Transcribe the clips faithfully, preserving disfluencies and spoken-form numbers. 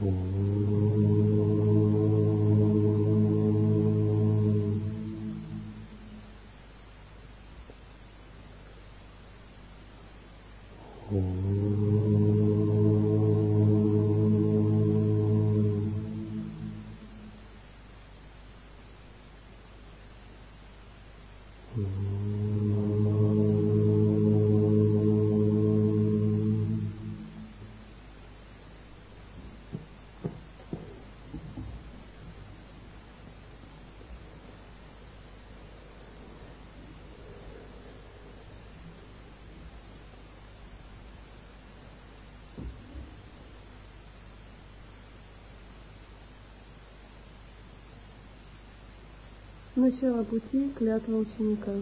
Начало пути — клятва ученика.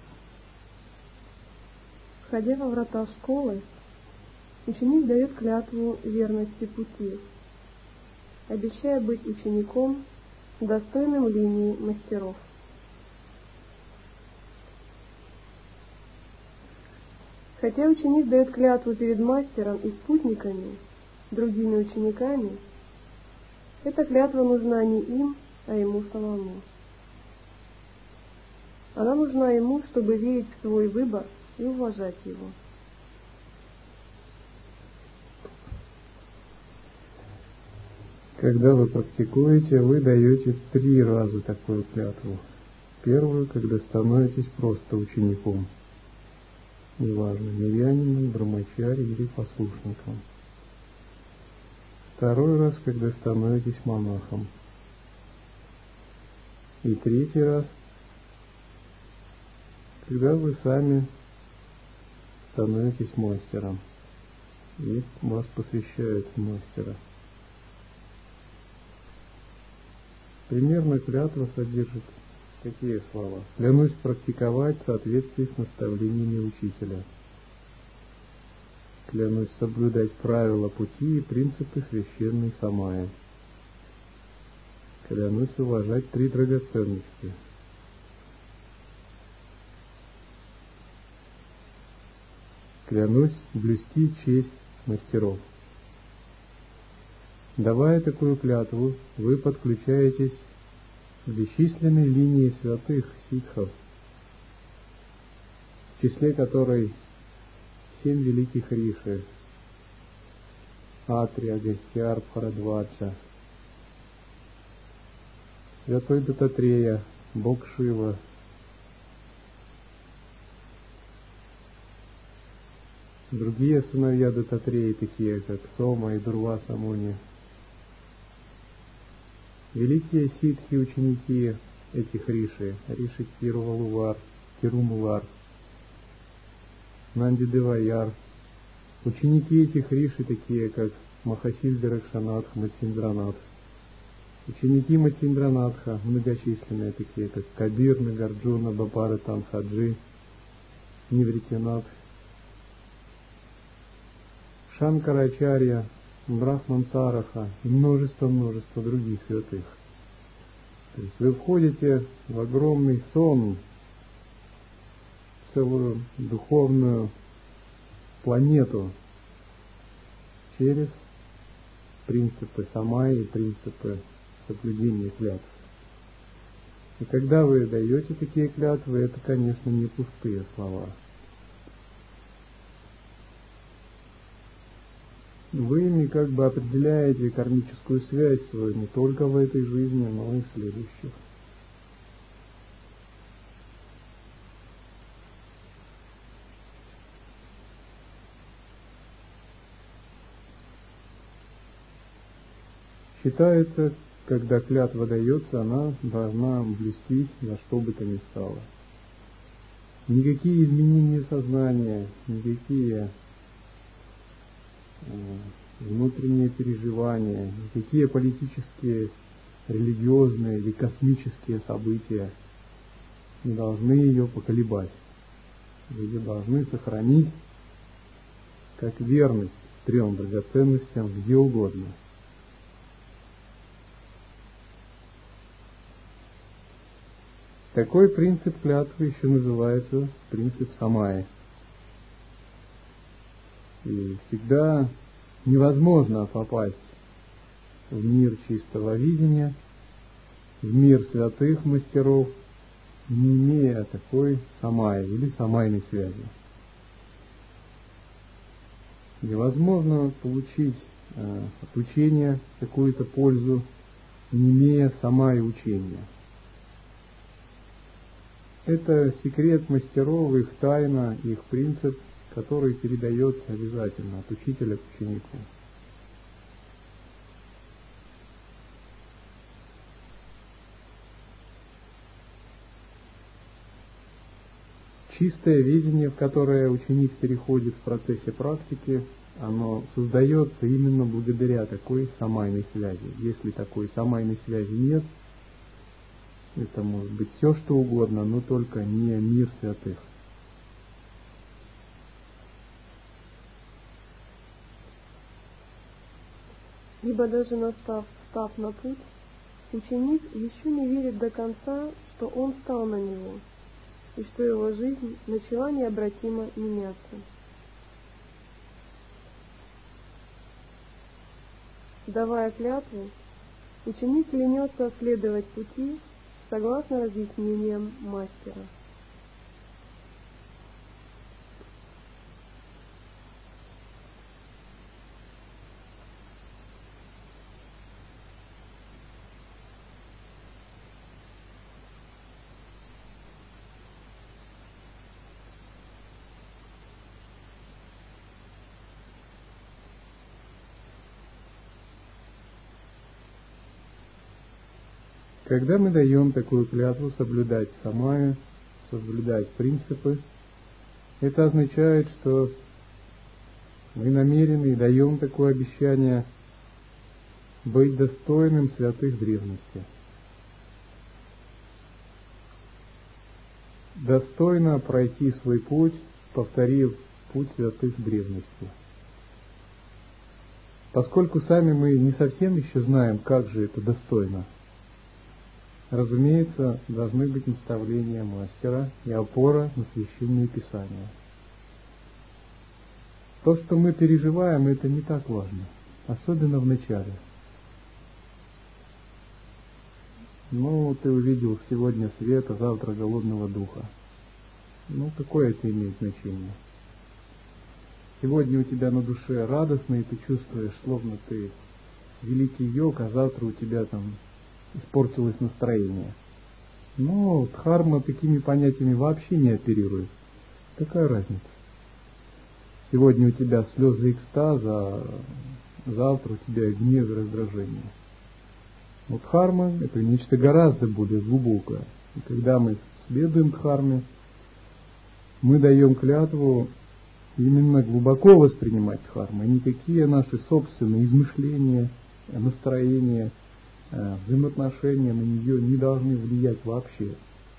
Входя во врата школы, ученик дает клятву верности пути, обещая быть учеником, достойным линии мастеров. Хотя ученик дает клятву перед мастером и спутниками, другими учениками, эта клятва нужна не им, а ему самому. Она нужна ему, чтобы верить в свой выбор и уважать его. Когда вы практикуете, вы даете три раза такую клятву. Первую, когда становитесь просто учеником, неважно, мирянином, брамачари или послушником. Второй раз, когда становитесь монахом. И третий раз, когда вы сами становитесь мастером, и вас посвящают в мастера. Примерно клятва содержит такие слова: клянусь практиковать в соответствии с наставлениями учителя. Клянусь соблюдать правила пути и принципы священной самаи. Клянусь уважать три драгоценности. Клянусь блюсти честь мастеров. Давая такую клятву, вы подключаетесь к бесчисленной линии святых ситхов, в числе которой семь великих риши: Атри, Агастьяр, Бхарадваджа, святой Дататрея, Бог Шива, другие сыновья Дататреи, такие как Сома и Дурваса Муни, великие ситхи, ученики этих риши: Риши Тирувалувар, Тирумулар, Нанди Деваяр, ученики этих риши, такие как Махасильда Ракшанатха, Матсиндранатх, ученики Матсиндранатха, многочисленные, такие как Кабир, Нагарджуна, Бапара Танхаджи, Нивритинатх, Шанкарачарья, Брахман Сараха и множество-множество других святых. То есть вы входите в огромный сон, целую духовную планету через принципы самаи и принципы соблюдения клятв. И когда вы даете такие клятвы, это, конечно, не пустые слова. Вы ими как бы определяете кармическую связь свою не только в этой жизни, но и в следующих. Считается, когда клятва дается, она должна блюстись во что бы то ни стало. Никакие изменения сознания, никакие внутренние переживания, никакие политические, религиозные или космические события не должны ее поколебать. Ее должны сохранить как верность трем драгоценностям где угодно. Такой принцип клятвы еще называется принцип самаи. И всегда невозможно попасть в мир чистого видения, в мир святых мастеров, не имея такой самая или самайной связи. Невозможно получить э, от учения какую-то пользу, не имея самая учения. Это секрет мастеров, их тайна, их принцип, который передается обязательно от учителя к ученику. Чистое видение, в которое ученик переходит в процессе практики, оно создается именно благодаря такой самайной связи. Если такой самайной связи нет, это может быть все что угодно, но только не мир святых. Ибо даже настав, встав на путь, ученик еще не верит до конца, что он стал на него, и что его жизнь начала необратимо меняться. Давая клятву, ученик клянется следовать пути согласно разъяснениям мастера. Когда мы даем такую клятву соблюдать самая, соблюдать принципы, это означает, что мы намерены и даем такое обещание быть достойным святых древности. Достойно пройти свой путь, повторив путь святых древности. Поскольку сами мы не совсем еще знаем, как же это достойно, разумеется, должны быть наставления мастера и опора на священные писания. То, что мы переживаем, это не так важно, особенно в начале. Ну, ты увидел сегодня свет, а завтра голодного духа. Ну, какое это имеет значение? Сегодня у тебя на душе радостно, и ты чувствуешь, словно ты великий йог, а завтра у тебя там испортилось настроение. Но дхарма такими понятиями вообще не оперирует. Какая разница? Сегодня у тебя слезы экстаза, а завтра у тебя гнев и раздражение. Но дхарма — это нечто гораздо более глубокое. И когда мы следуем дхарме, мы даем клятву именно глубоко воспринимать дхарму, и никакие наши собственные измышления, настроения, взаимоотношения на нее не должны влиять вообще.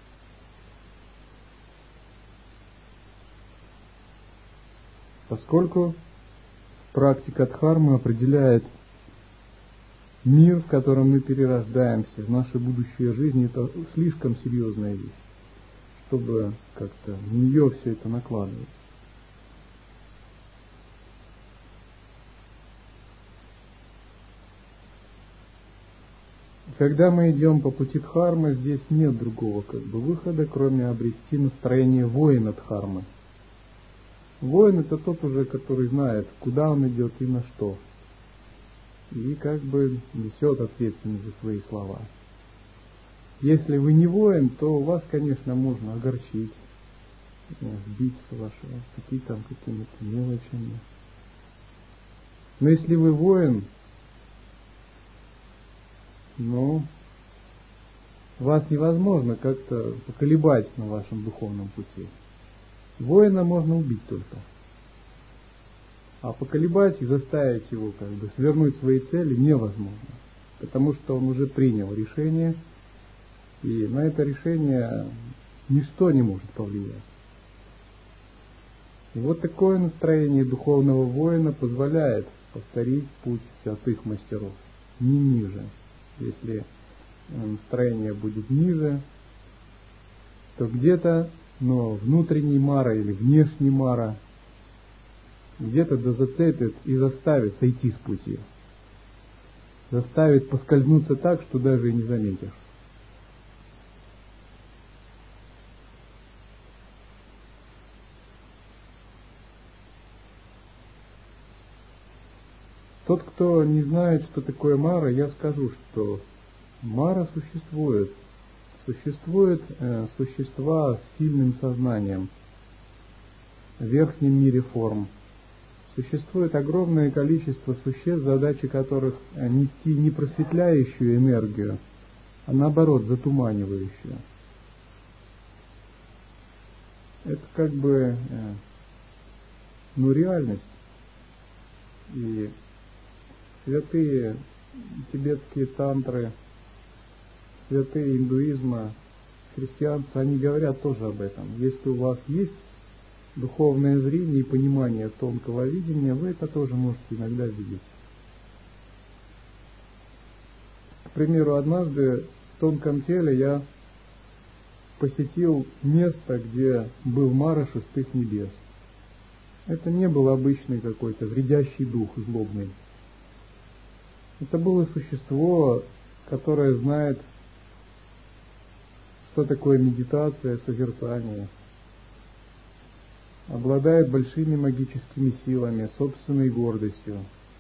Поскольку практика дхармы определяет мир, в котором мы перерождаемся, в нашу будущую жизнь, это слишком серьезная вещь, чтобы как-то в нее все это накладывать. Когда мы идем по пути дхармы, здесь нет другого как бы выхода, кроме обрести настроение воина дхармы. Воин — это тот уже, который знает, куда он идет и на что, и как бы несет ответственность за свои слова. Если вы не воин, то вас, конечно, можно огорчить, сбить с вашего пути там какими-то мелочами. Но если вы воин, но вас невозможно как-то поколебать на вашем духовном пути. Воина можно убить только. А поколебать и заставить его как бы свернуть свои цели невозможно. Потому что он уже принял решение, и на это решение ничто не может повлиять. И вот такое настроение духовного воина позволяет повторить путь святых мастеров, не ниже. Если настроение будет ниже, то где-то, но внутренний мара или внешний мара где-то да зацепит и заставит сойти с пути. заставит поскользнуться так, что даже и не заметишь. Тот, кто не знает, что такое Мара, я скажу, что Мара существует. Существуют э, существа с сильным сознанием в верхнем мире форм. Существует огромное количество существ, задачи которых нести не просветляющую энергию, а наоборот затуманивающую. Это как бы э, ну, реальность. И святые тибетские тантры, святые индуизма, христианства, они говорят тоже об этом. Если у вас есть духовное зрение и понимание тонкого видения, вы это тоже можете иногда видеть. К примеру, однажды в тонком теле я посетил место, где был Мара шестых небес. Это не был обычный какой-то вредящий дух, злобный. Это было существо, которое знает, что такое медитация, созерцание, обладает большими магическими силами, собственной гордостью.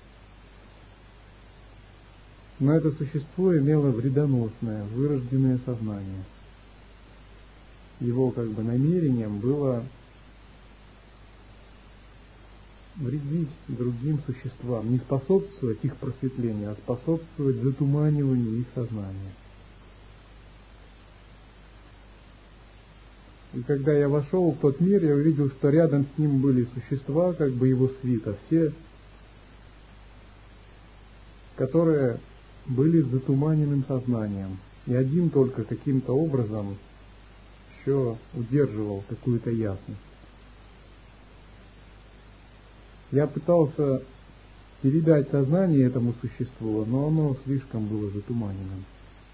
Но это существо имело вредоносное, вырожденное сознание. Его как бы намерением было вредить другим существам, не способствовать их просветлению, а способствовать затуманиванию их сознания. И когда я вошел в тот мир, я увидел, что рядом с ним были существа, как бы его свита, все, которые были с затуманенным сознанием. И один только каким-то образом еще удерживал какую-то ясность. Я пытался передать сознание этому существу, но оно слишком было затуманенным.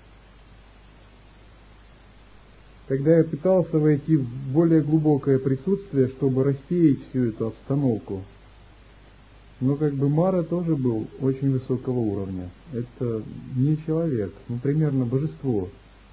Тогда я пытался войти в более глубокое присутствие, чтобы рассеять всю эту обстановку. Но как бы Мара тоже был очень высокого уровня. Это не человек, ну примерно божество.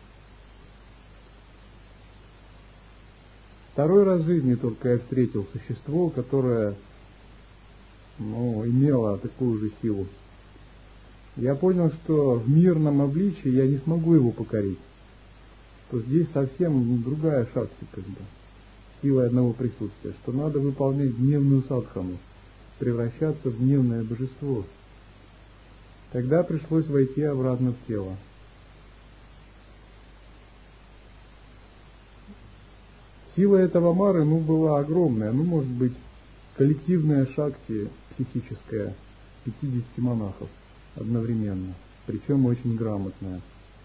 Второй раз в жизни только я встретил существо, которое ну, имело такую же силу. Я понял, что в мирном обличии я не смогу его покорить. То здесь совсем другая шакти, как бы, сила одного присутствия, что надо выполнять гневную садхану, превращаться в гневное божество. Тогда пришлось войти обратно в тело. Сила этого Мары, ну, была огромная, ну, может быть, коллективная шакти психическая пятидесяти монахов одновременно, причем очень грамотная.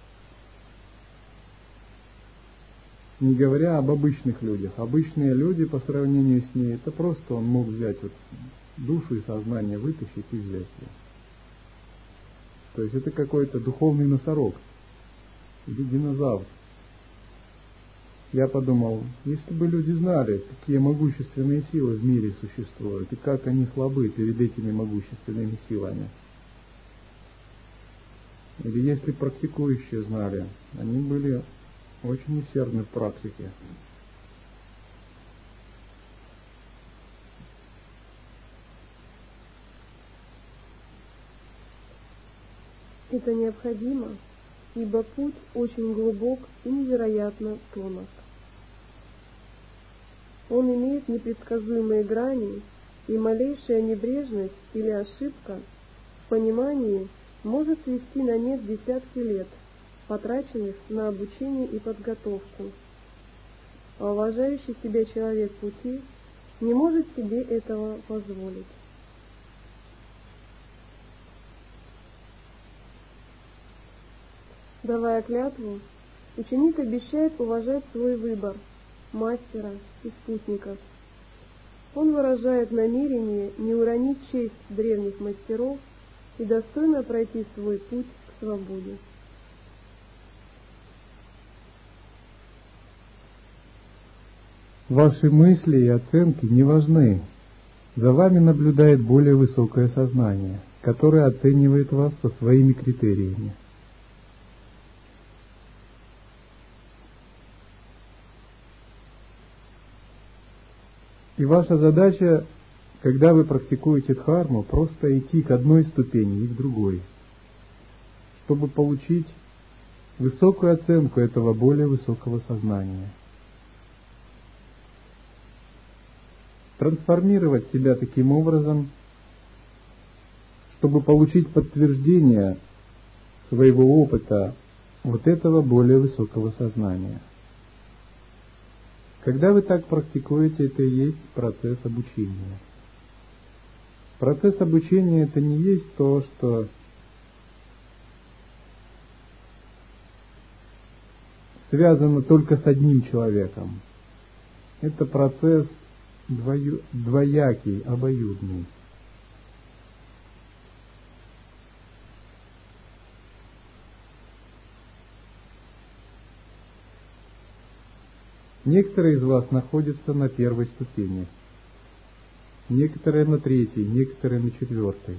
Не говоря об обычных людях. Обычные люди по сравнению с ней, это просто он мог взять вот душу и сознание, вытащить и взять ее. То есть это какой-то духовный носорог или динозавр. Я подумал, если бы люди знали, какие могущественные силы в мире существуют, и как они слабы перед этими могущественными силами. Или если практикующие знали, они были очень усердны в практике. Это необходимо, ибо путь очень глубок и невероятно тонок. Он имеет непредсказуемые грани, и малейшая небрежность или ошибка в понимании может свести на нет десятки лет, потраченных на обучение и подготовку. А уважающий себя человек пути не может себе этого позволить. Давая клятву, ученик обещает уважать свой выбор, мастера и спутников. Он выражает намерение не уронить честь древних мастеров и достойно пройти свой путь к свободе. Ваши мысли и оценки не важны. За вами наблюдает более высокое сознание. который оценивает вас со своими критериями. И ваша задача, когда вы практикуете дхарму, просто идти к одной ступени и к другой, чтобы получить высокую оценку этого более высокого сознания. Трансформировать себя таким образом, чтобы получить подтверждение своего опыта вот этого более высокого сознания. Когда вы так практикуете, это и есть процесс обучения. Процесс обучения это не есть то, что связано только с одним человеком. Это процесс двою, двоякий, обоюдный. Некоторые из вас находятся на первой ступени, некоторые на третьей, некоторые на четвертой.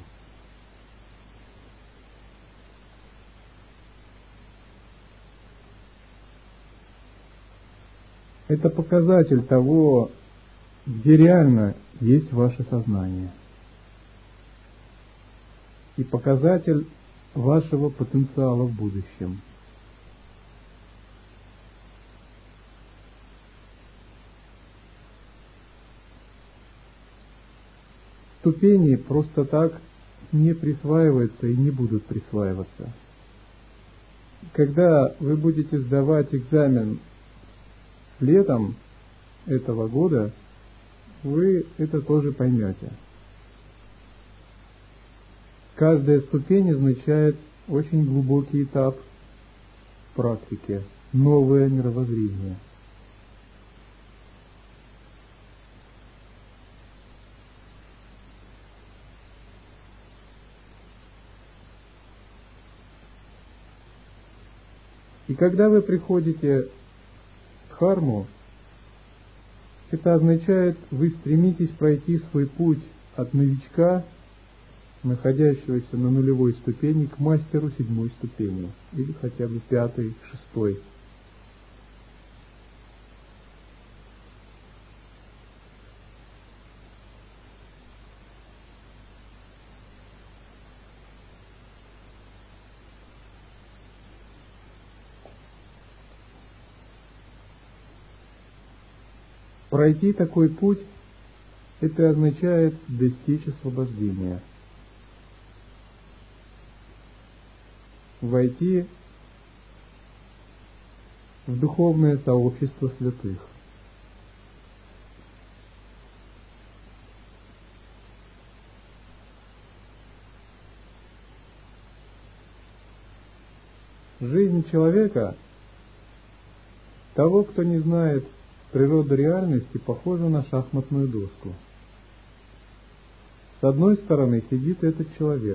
Это показатель того, где реально есть ваше сознание. И показатель вашего потенциала в будущем. Ступени просто так не присваиваются и не будут присваиваться. Когда вы будете сдавать экзамен летом этого года, вы это тоже поймете. Каждая ступень означает очень глубокий этап в практике, новое мировоззрение. И когда вы приходите в дхарму, это означает, вы стремитесь пройти свой путь от новичка, находящегося на нулевой ступени, к мастеру седьмой ступени, или хотя бы пятой, шестой. Пройти такой путь, это означает достичь освобождения. Войти в духовное сообщество святых. Жизнь человека, того, кто не знает природа реальности, похожа на шахматную доску. С одной стороны сидит этот человек,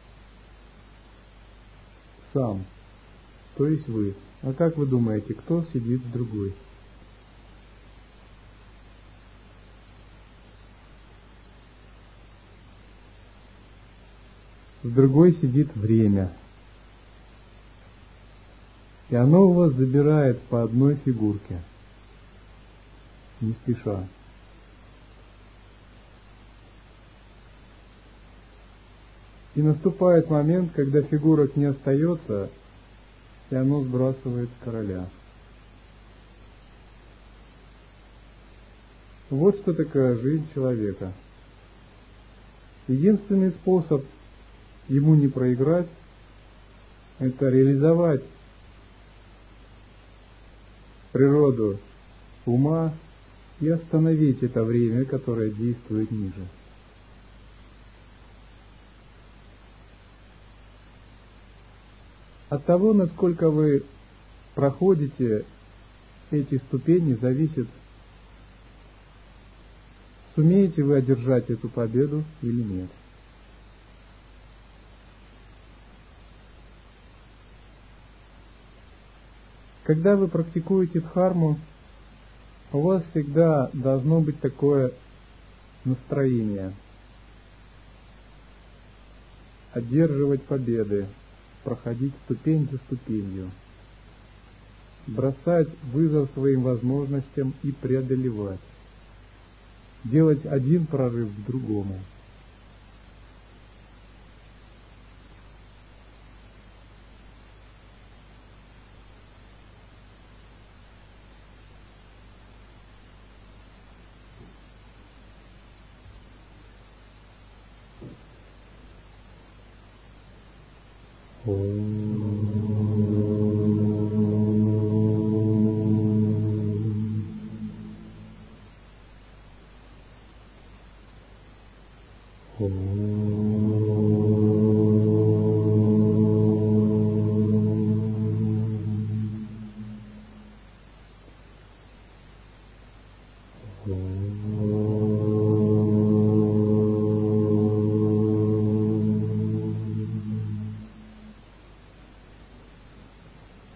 сам, то есть вы. А как вы думаете, кто сидит с другой? С другой сидит время. И оно у вас забирает по одной фигурке. Не спеша. И наступает момент, когда фигурок не остается, и оно сбрасывает короля. Вот что такое жизнь человека. Единственный способ ему не проиграть, это реализовать природу ума и остановить это время, которое действует ниже. От того, насколько вы проходите эти ступени, зависит, сумеете вы одержать эту победу или нет. Когда вы практикуете дхарму, у вас всегда должно быть такое настроение. одерживать победы, проходить ступень за ступенью, бросать вызов своим возможностям и преодолевать, делать один прорыв к другому. Om